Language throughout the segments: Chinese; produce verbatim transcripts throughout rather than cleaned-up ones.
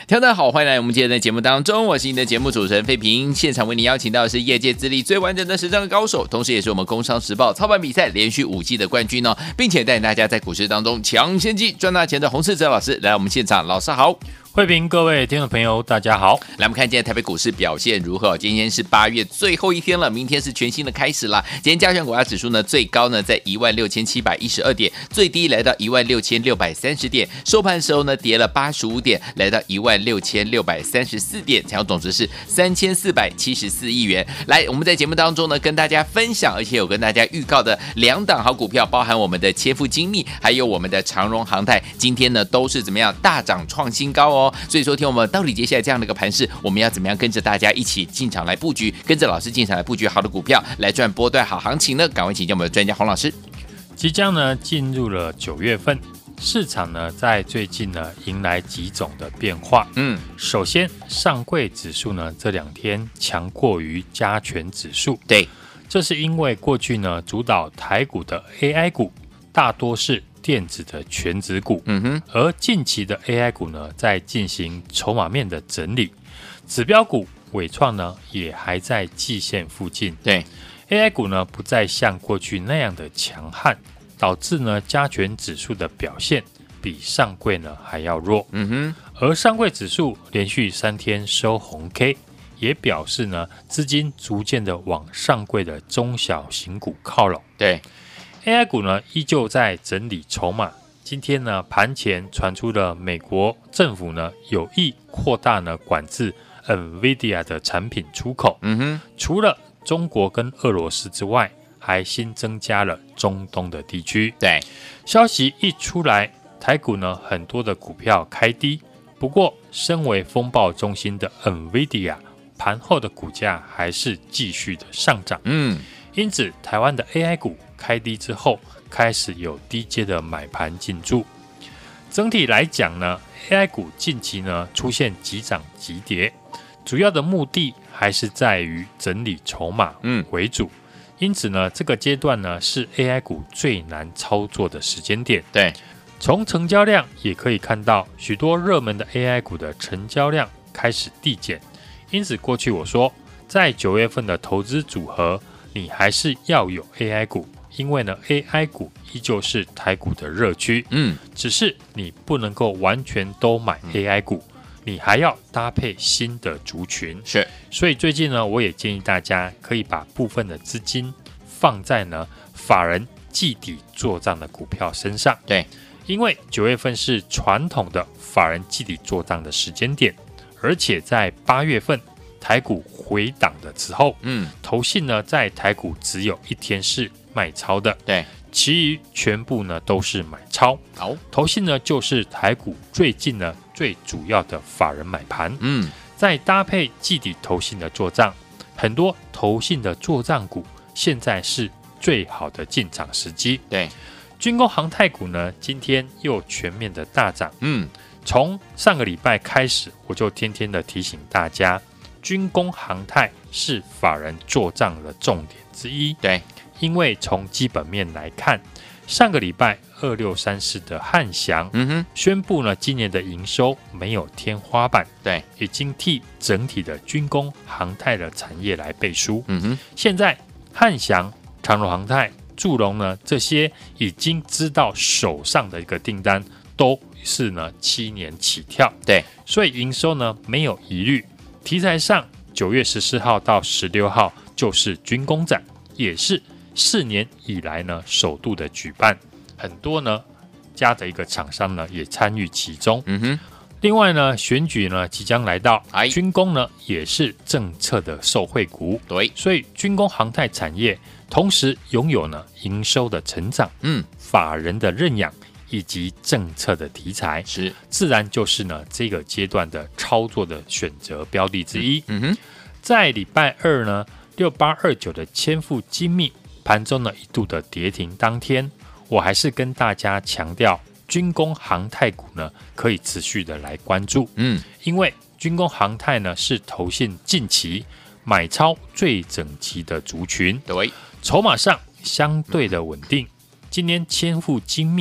大家好，欢迎来我们今天的节目当中，我是你的节目主持人费平。现场为你邀请到的是业界资历最完整的实战的高手，同时也是我们工商时报操盘比赛连续五季的冠军哦，并且带领大家在股市当中抢先机赚大钱的洪士哲老师来我们现场。老师好。 慧平，各位听众朋友，大家好。 来，我们看今天台北股市表现如何？今天是八月最后一天了，明天是全新的开始了。今天加权股价指数呢，最高呢在一万六千七百一十二点，最低来到一万六千六百三十点，收盘时候呢跌了八十五点，来到一万六千六百三十四点，成交总值是三千四百七十四亿元。来，我们在节目当中呢跟大家分享，而且有跟大家预告的两档好股票，包含我们的切富精密，还有我们的长荣航太，今天呢都是怎么样大涨创新高哦。所以说，听我们到底接下来这样的一个盘势，我们要怎么样跟着大家一起进场来布局，跟着老师进场来布局好的股票，来赚波段好行情呢？赶快请教我们的专家洪老师。 即将呢进入了九月份，市场呢在最近呢迎来几种的变化。嗯，首先上柜指数呢这两天强过于加权指数， 对， 这是因为过去呢主导台股的 A I 股大多是电子的权值股，嗯哼，而近期的 A I 股呢，在进行筹码面的整理，指标股伟创呢也还在季线附近， 对 ，A I 股呢不再像过去那样的强悍，导致呢加权指数的表现比上柜呢还要弱，嗯哼，而上柜指数连续三天收红 K， 也表示呢资金逐渐的往上柜的中小型股靠拢， 对。 A I 股呢依旧在整理筹码，今天呢盘前传出了美国政府呢有意扩大呢管制 NVIDIA 的产品出口，嗯哼，除了中国跟俄罗斯之外，还新增加了中东的地区。 对， 消息一出来，台股呢很多的股票开低，不过身为风暴中心的 NVIDIA 盘后的股价还是继续的上涨，嗯，因此台湾的 A I 股开低之后，开始有低阶的买盘进驻。整体来讲呢 ，A I 股近期呢出现急涨急跌，主要的目的还是在于整理筹码为主。嗯、因此呢，这个阶段呢是 A I 股最难操作的时间点。 对， 从成交量也可以看到，许多热门的 A I 股的成交量开始递减。因此，过去我说，在九月份的投资组合，你还是要有 A I 股。因为呢 ，A I 股依旧是台股的热区，嗯，只是你不能够完全都买 A I 股，嗯、你还要搭配新的族群。 是， 所以最近呢，我也建议大家可以把部分的资金放在呢法人季底作账的股票身上。 对， 因为九月份是传统的法人季底作账的时间点，而且在八月份台股回档的时候，嗯，投信呢在台股只有一天是卖超的， 对， 其余全部呢都是买超。 好， 投信呢就是台股最近呢最主要的法人买盘。嗯，再搭配季底投信的做账，很多投信的做账股现在是最好的进场时机。 对， 军工航太股呢今天又全面的大涨。嗯，从上个礼拜开始，我就天天的提醒大家，军工航太是法人做账的重点之一。 对。 因为从基本面来看，上个礼拜二六三四的汉翔、嗯、哼宣布呢，今年的营收没有天花板， 对， 已经替整体的军工航太的产业来背书。嗯哼，现在汉翔、长荣航太、祝融呢这些已经知道手上的一个订单都是呢七年起跳， 对， 所以营收呢没有疑虑。题材上，九月十四号到十六号就是军工展，也是四年以来呢首度的举办，很多呢家的一个厂商呢也参与其中。嗯哼，另外呢选举呢即将来到，军工呢也是政策的受惠股， 对， 所以军工航太产业同时拥有呢营收的成长，嗯，法人的认养以及政策的题材， 是自然就是呢这个阶段的操作的选择标的之一。 嗯哼， 在礼拜二呢六八二九的千富精密盘中呢一度的跌停当天，我还是跟大家强调，军工航太股呢可以持续的来关注，嗯，因为军工航太呢是投信近期买超最整齐的族群， 对， 筹码上相对的稳定。今年千富精密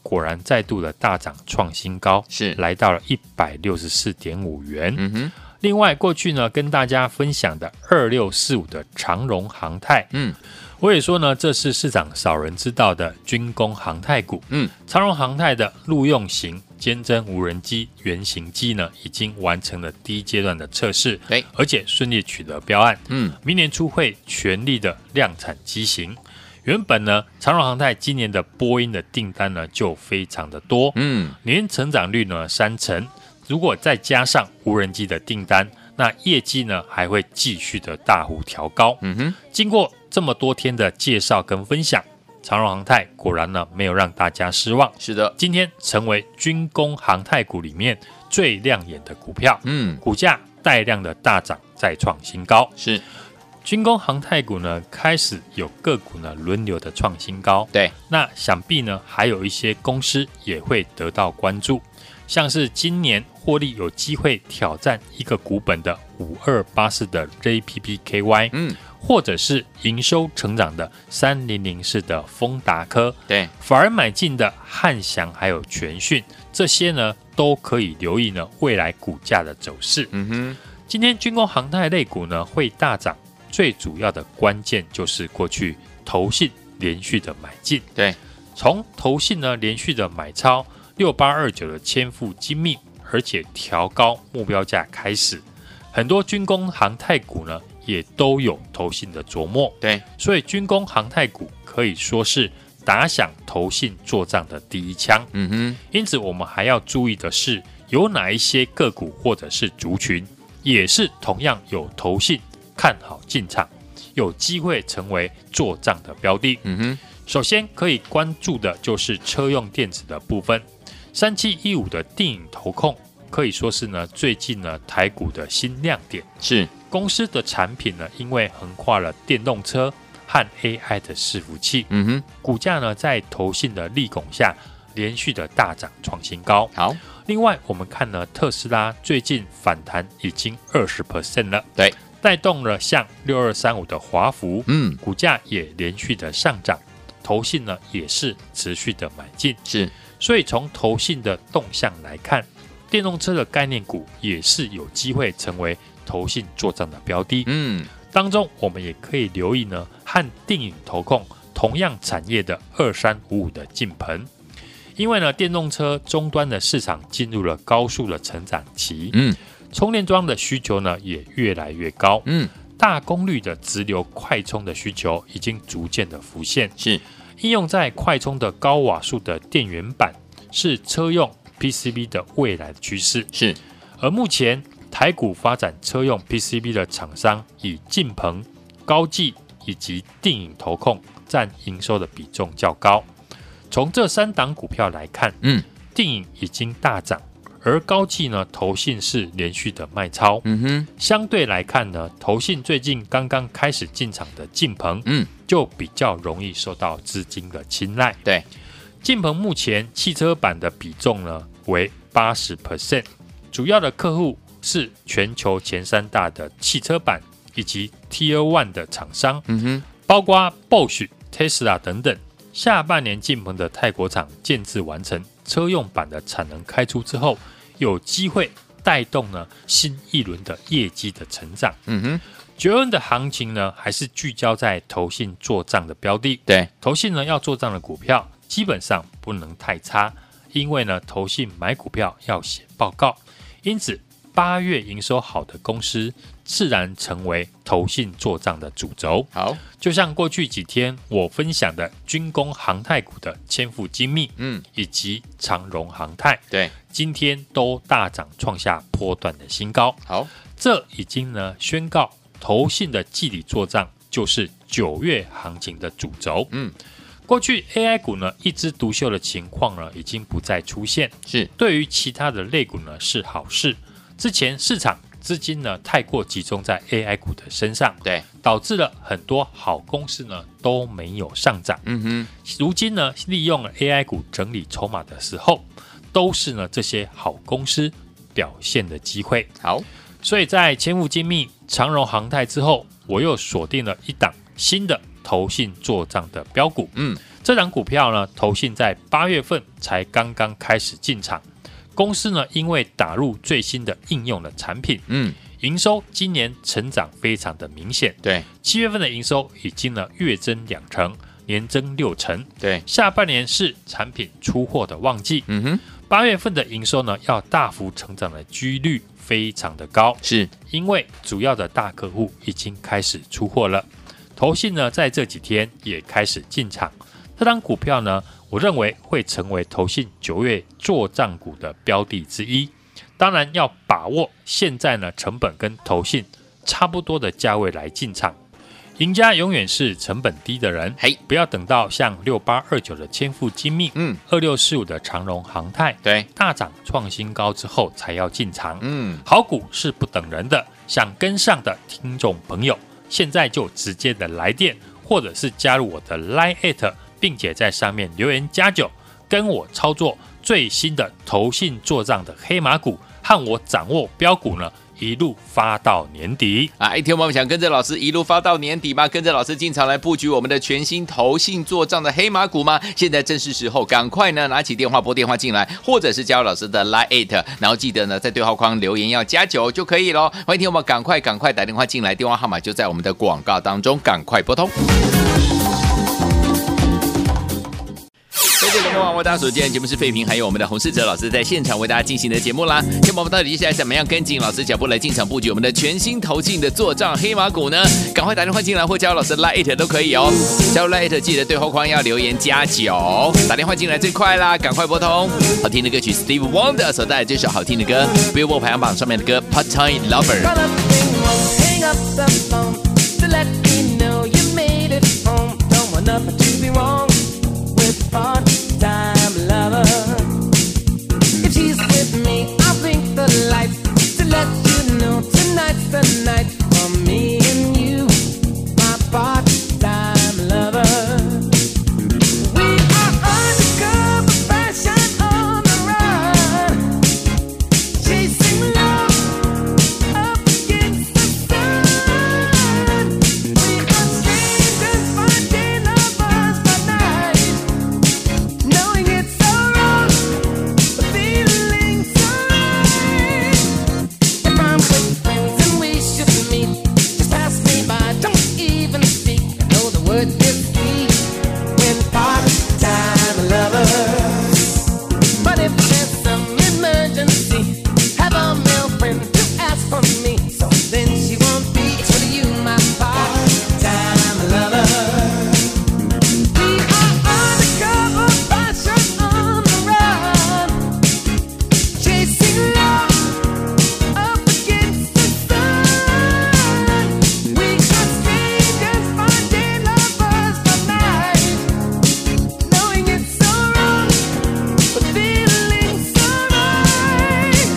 果然再度的大涨创新高， 是来到了一百六十四点五元。 嗯哼， 另外，过去呢跟大家分享的二六四五的长荣航太， 嗯， 我也说呢，这是市场少人知道的军工航太股。 嗯， 长荣航太的陆用型坚侦无人机原型机呢，已经完成了第一阶段的测试， 对， 而且顺利取得标案。 嗯， 明年初会全力的量产机型。原本呢，长荣航太今年的波音的订单呢就非常的多， 嗯， 年成长率呢三成，如果再加上无人机的订单，那业绩呢还会继续的大幅调高。 嗯哼， 经过这么多天的介绍跟分享，长荣航太果然呢没有让大家失望， 是的， 今天成为军工航太股里面最亮眼的股票， 嗯， 股价带量的大涨，再创新高。 是军工航太股呢开始有个股呢轮流的创新高， 对， 那想必呢还有一些公司也会得到关注，像是今年获利有机会挑战一个股本的五二八四的 J P P K Y， 嗯， 或者是营收成长的三零零四的丰达科， 对， 反而买进的汉翔还有全讯，这些呢都可以留意呢未来股价的走势。 嗯哼， 今天军工航太类股呢会大涨，最主要的关键就是过去投信连续的买进， 对， 从投信呢连续的买超六八二九的千富精密，而且调高目标价开始，很多军工航太股呢也都有投信的琢磨， 对， 所以军工航太股可以说是打响投信做账的第一枪。 嗯哼， 因此我们还要注意的是，有哪一些个股或者是族群，也是同样有投信看好进场，有机会成为做账的标的。 嗯哼， 首先可以关注的就是车用电子的部分，三七一五的定影投控可以说是呢最近呢台股的新亮点。 是公司的产品呢，因为横跨了电动车和 A I 的伺服器， 嗯哼， 股价呢在投信的力拱下，连续的大涨创新高。 好， 另外我们看呢，特斯拉最近反弹已经 百分之二十 了， 对， 带动了像六二三五的华孚， 嗯， 股价也连续的上涨，投信呢也是持续的买进， 是， 所以从投信的动向来看，电动车的概念股也是有机会成为投信作战的标的。 嗯， 当中我们也可以留意呢，和定影投控同样产业的二三五五的进鹏，因为呢电动车终端的市场进入了高速的成长期， 嗯， 充电桩的需求呢也越来越高， 嗯， 大功率的直流快充的需求已经逐渐的浮现， 是， 应用在快充的高瓦数的电源板是车用 P C B 的未来的趋势， 是， 而目前台股发展车用 P C B 的厂商以晋鹏、高技以及定影投控占营收的比重较高。从这三档股票来看， 嗯， 定影已经大涨，而高技呢投信是连续的卖超。 嗯哼， 相对来看呢，投信最近刚刚开始进场的晋鹏， 嗯， 就比较容易受到资金的青睐。 对， 晋鹏目前汽车版的比重呢为 百分之八十， 主要的客户是全球前三大的汽车版以及 Tier 一 的厂商， 嗯哼， 包括 Bosch、Tesla 等等。下半年晋鹏的泰国厂建制完成，车用版的产能开出之后，有机会带动呢新一轮的业绩的成长。 嗯哼， 绝恩的行情呢，还是聚焦在投信做账的标的。 对， 投信呢要做账的股票，基本上不能太差，因为呢投信买股票要写报告，因此八月营收好的公司，自然成为投信做账的主轴。 好， 就像过去几天我分享的军工航太股的千富精密， 嗯， 以及长荣航太， 对， 今天都大涨，创下波段的新高。 好， 这已经呢宣告投信的季底做账就是九月行情的主轴。 嗯， 过去 A I 股呢一枝独秀的情况呢已经不再出现， 是， 对于其他的类股呢是好事。之前市场资金呢太过集中在 A I 股的身上， 对， 导致了很多好公司呢都没有上涨。 嗯哼， 如今呢利用了 A I 股整理筹码的时候，都是呢这些好公司表现的机会。 好， 所以在千富精密、长荣航太之后，我又锁定了一档新的投信做账的标股。 嗯， 这档股票呢，投信在八月份才刚刚开始进场，公司呢因为打入最新的应用的产品，嗯，营收今年成长非常的明显， 对， 七月份的营收已经呢月增两成，年增六成， 对， 下半年是产品出货的旺季，嗯哼，八月份的营收呢要大幅成长的几率非常的高， 是因为主要的大客户已经开始出货了，投信呢在这几天也开始进场。这张股票呢，我认为会成为投信九月作账股的标的之一。当然要把握现在呢成本跟投信差不多的价位来进场。赢家永远是成本低的人， 嘿， 不要等到像六八二九的千富精密，嗯，二六四五的长荣航太， 对， 大涨创新高之后才要进场。 嗯， 好股是不等人的，想跟上的听众朋友，现在就直接的来电，或者是加入我的 Line@ 并且在上面留言加九，跟我操作最新的投信作账的黑马股，和我掌握标股呢，一路发到年底啊！一天我们想跟着老师一路发到年底吗？跟着老师进场来布局我们的全新投信作账的黑马股吗？现在正是时候，赶快呢拿起电话拨电话进来，或者是加入老师的 Line@， 然后记得呢在对话框留言要加九就可以咯。欢迎听我们赶快赶快打电话进来，电话号码就在我们的广告当中，赶快拨通。这个联盟网为大家所见节目是废平，还有我们的洪世哲老师在现场为大家进行的节目啦。那么我们到底接下来怎么样跟紧老师脚步来进场布局我们的全新投信的作账黑马股呢？赶快打电话进来或加入老师的 Line@ 都可以哦。加入 Line@ 记得对话框要留言加九，打电话进来最快啦，赶快拨通。好听的歌曲 Steve Wonder 所带来这首好听的歌 ，Billboard 排行榜上面的歌 Part Time Lover。 Part-time lover. If she's with me, I'll blink the lights to let you know tonight's the night for me and you, my part-time lover. We are undercover fashion on the run, chasing love up against the sun. We are strangers finding lovers by night, knowing it's so wrong, but feeling so right. If I'm with friends and we should meet, just pass me by, don't even speak. I know the word is sweet when part-time lovers. But if there's some emergency, have a male friend to ask for me, so then she won't be for you, my part-time lover. We are undercover fashion on the run, chasing love up against the sun. We are strangers finding lovers by night, knowing it's so wrong, but feeling so right.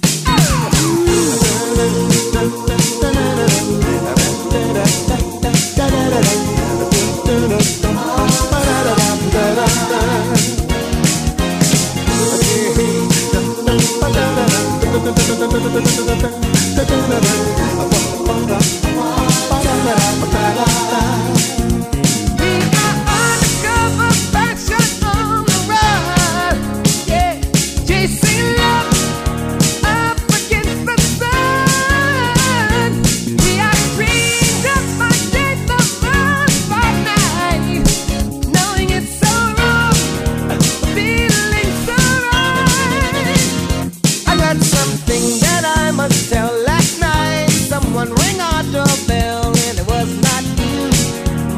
We are undercover fashion on the run, yeah, chasing love up against the sun. We are strangers finding lovers by night, knowing it's so wrong, feeling so right. I got something that I must tell. Last night someone rang our doorbell and it was not you,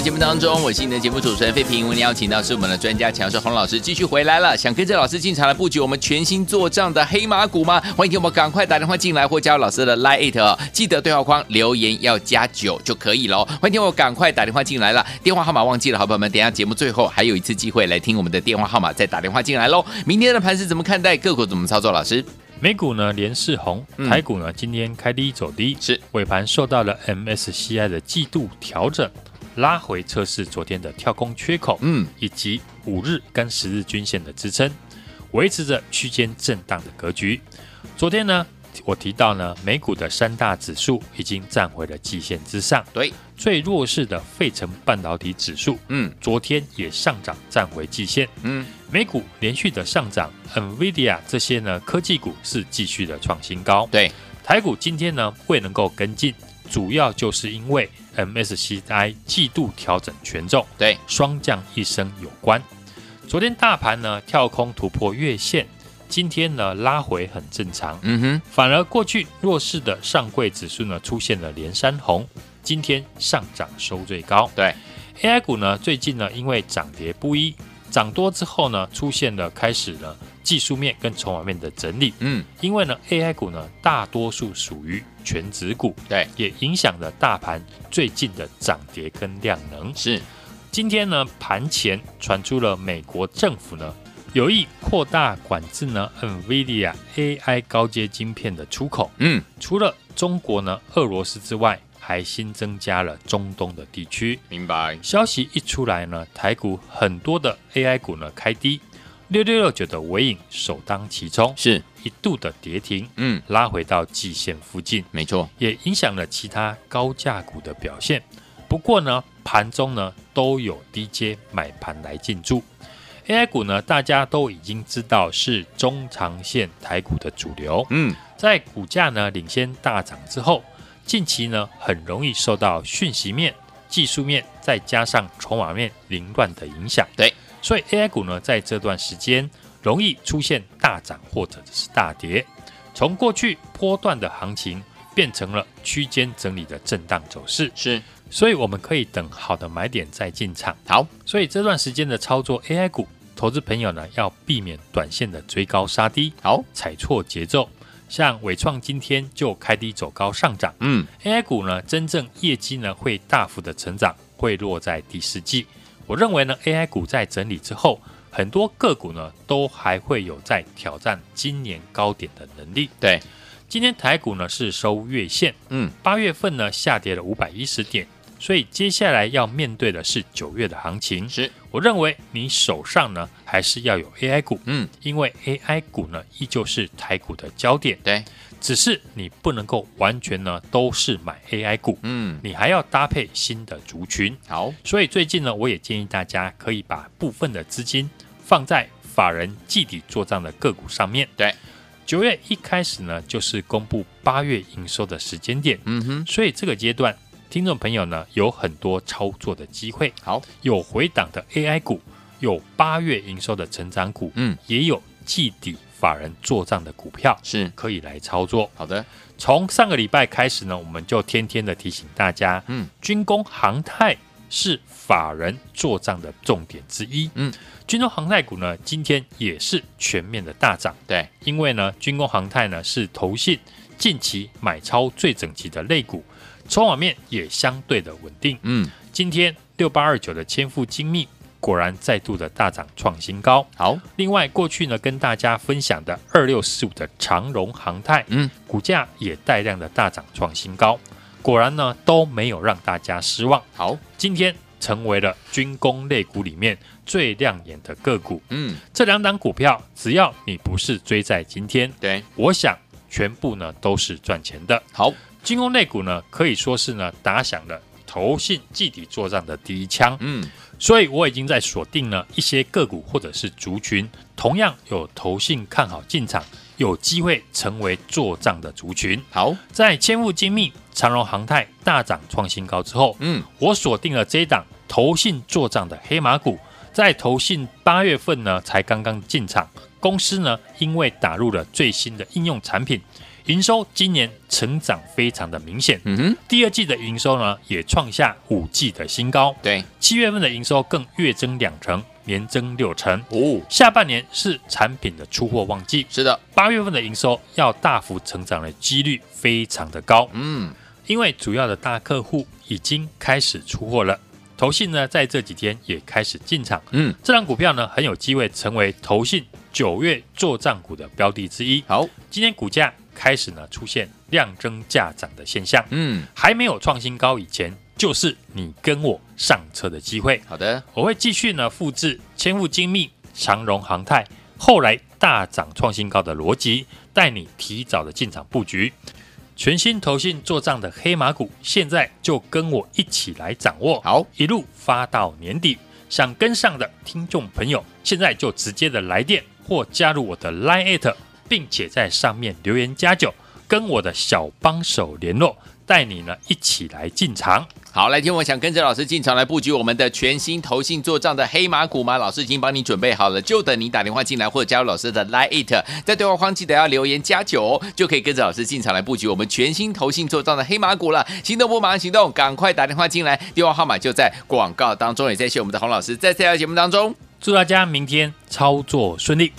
节目当中，我是你的节目主持人费平，为您邀请到是我们的专家强势洪老师继续回来了。想跟着老师进场来布局我们全新做账的黑马股吗？欢迎听我们赶快打电话进来或加入老师的 Line 哦，记得对话框留言要加九就可以了。欢迎听我赶快打电话进来了，电话号码忘记了，好朋友们，等一下节目最后还有一次机会来听我们的电话号码，再打电话进来喽。明天的盘势怎么看待？个股怎么操作？老师？ 美股呢连势红，台股呢今天开低走低， 是尾盘受到了 M S C I 的季度调整，拉回测试昨天的跳空缺口，嗯，以及五日跟十日均线的支撑，维持着区间震荡的格局。昨天呢，我提到呢，美股的三大指数已经站回了季线之上， 对， 最弱势的费城半导体指数，嗯，昨天也上涨站回季线，嗯，美股连续的上涨 ，NVIDIA 这些呢科技股是继续的创新高， 对， 台股今天呢未能够跟进，主要就是因为 M S C I 季度调整权重， 对， 双降一升有关。昨天大盘呢跳空突破月线。今天呢拉回很正常，嗯哼，反而过去弱势的上柜指数呢出现了连三红，今天上涨收最高。 对 ，A I 股呢最近呢因为涨跌不一，涨多之后呢出现了开始呢技术面跟筹码面的整理，嗯，因为呢 A I 股呢大多数属于全指股， 对， 也影响了大盘最近的涨跌跟量能。 是， 今天呢盘前传出了美国政府呢。有意扩大管制呢 ，NVIDIA A I 高阶晶片的出口。嗯，除了中国呢、俄罗斯之外，还新增加了中东的地区。 明白。 消息一出来呢，台股很多的 A I 股呢开低，六六六九的微影首当其冲， 是一度的跌停，嗯，拉回到季线附近。 没错， 也影响了其他高价股的表现。不过呢，盘中呢都有低阶买盘来进驻。A I 股呢，大家都已经知道是中长线台股的主流。嗯，在股价呢领先大涨之后，近期呢很容易受到讯息面、技术面再加上筹码面凌乱的影响。 对， 所以 A I 股呢在这段时间容易出现大涨或者是大跌，从过去波段的行情变成了区间整理的震荡走势。 是。 所以我们可以等好的买点再进场。 好， 所以这段时间的操作 A I 股，投资朋友呢要避免短线的追高杀低， 好， 踩错节奏。像伟创今天就开低走高上涨，嗯 ，A I 股呢真正业绩呢会大幅的成长，会落在第四季。我认为呢 A I 股在整理之后，很多个股呢都还会有在挑战今年高点的能力。 对。 今天台股呢是收月线，嗯，八月份呢下跌了五百一十点，所以接下来要面对的是九月的行情。 是， 我认为你手上呢还是要有 A I 股，嗯，因为 A I 股呢依旧是台股的焦点， 对， 只是你不能够完全呢都是买 A I 股，嗯，你还要搭配新的族群。 好， 所以最近呢，我也建议大家可以把部分的资金放在法人季底做账的个股上面。 对。 九月一开始呢，就是公布八月营收的时间点，嗯哼，所以这个阶段，听众朋友呢有很多操作的机会。 好， 有回档的 A I 股，有八月营收的成长股，嗯，也有季底法人做账的股票， 是可以来操作。 好的， 从上个礼拜开始呢，我们就天天的提醒大家，嗯，军工航太是法人做账的重点之一，嗯。军工航太股呢，今天也是全面的大涨。 对， 因为呢，军工航太呢是投信近期买超最整齐的类股，筹码面也相对的稳定。嗯，今天六八二九的千富精密果然再度的大涨创新高。 好， 另外过去呢跟大家分享的二六四五的长荣航太，嗯，股价也带量的大涨创新高，果然呢都没有让大家失望。 好， 今天成为了军工类股里面最亮眼的个股。嗯，这两档股票，只要你不是追在今天， 对， 我想全部呢都是赚钱的。 好， 军工类股呢可以说是呢打响了投信季底作战的第一枪。嗯，所以我已经在锁定了一些个股或者是族群，同样有投信看好进场，有机会成为作战的族群。 好， 在千富精密、长荣航太大涨创新高之后，嗯，我锁定了这一档投信作战的黑马股，在投信八月份呢才刚刚进场，公司呢因为打入了最新的应用产品， 营收今年成长非常的明显， 嗯哼， 第二季的营收呢也创下五季的新高， 对， 七月份的营收更月增两成，年增六成。 哦， 下半年是产品的出货旺季， 是的， 八月份的营收要大幅成长的几率非常的高， 嗯， 因为主要的大客户已经开始出货了。投信呢，在这几天也开始进场， 嗯， 这张股票呢，很有机会成为投信九月作账股的标的之一。 好， 今天股价开始呢出现量增价涨的现象， 嗯， 还没有创新高以前，就是你跟我上车的机会。 好的， 我会继续呢复制千富精密、长荣航太后来大涨创新高的逻辑，带你提早的进场布局。全新投信做账的黑马股，现在就跟我一起来掌握， 好， 一路发到年底。想跟上的听众朋友，现在就直接的来电或加入我的 Line， 并且在上面留言加九，跟我的小帮手联络，带你呢一起来进场。 好，来听我想跟着老师进场来布局我们的全新投信做账的黑马股吗？老师已经帮你准备好了，就等你打电话进来或者加入老师的 Line， 在对话框记得要留言加九、哦，就可以跟着老师进场来布局我们全新投信做账的黑马股了。行动不马上行动，赶快打电话进来，电话号码就在广告当中，也在谢我们的洪老师在这条节目当中。 祝大家明天操作顺利。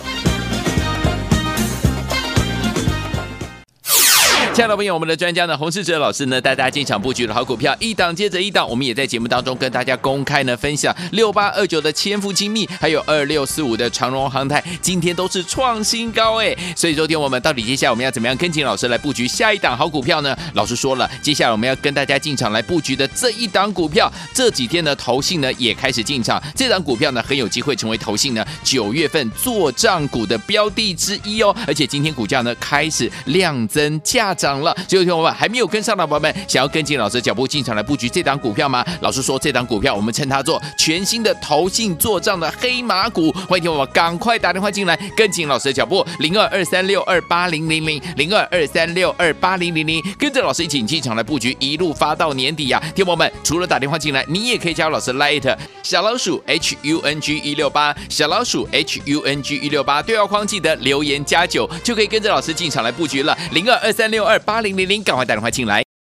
亲爱的朋友，我们的专家呢，洪士哲老师呢，带大家进场布局的好股票，一档接着一档，我们也在节目当中跟大家公开呢分享六八二九的千富精密，还有二六四五的长荣航太，今天都是创新高哎，所以昨天我们到底接下来我们要怎么样跟紧老师来布局下一档好股票呢？老师说了，接下来我们要跟大家进场来布局的这一档股票，这几天呢投信呢也开始进场，这档股票呢很有机会成为投信呢九月份做账股的标的之一哦，而且今天股价呢开始量增价涨。涨了，所以听我们还没有跟上的宝宝们，想要跟紧老师的脚步进场来布局这档股票吗？老师说这档股票我们称它做全新的投信做账的黑马股，欢迎听我们赶快打电话进来，跟紧老师的脚步，零二二三六二八零零零零二二三六二八零零零，跟着老师一起进场来布局，一路发到年底呀、啊！听我们除了打电话进来，你也可以加入老师 Line 小老鼠 H U N G 一六八小老鼠 H U N G 一六八，对话框记得留言加九，就可以跟着老师进场来布局了，零二二三六二八零零零，赶快打电话进来。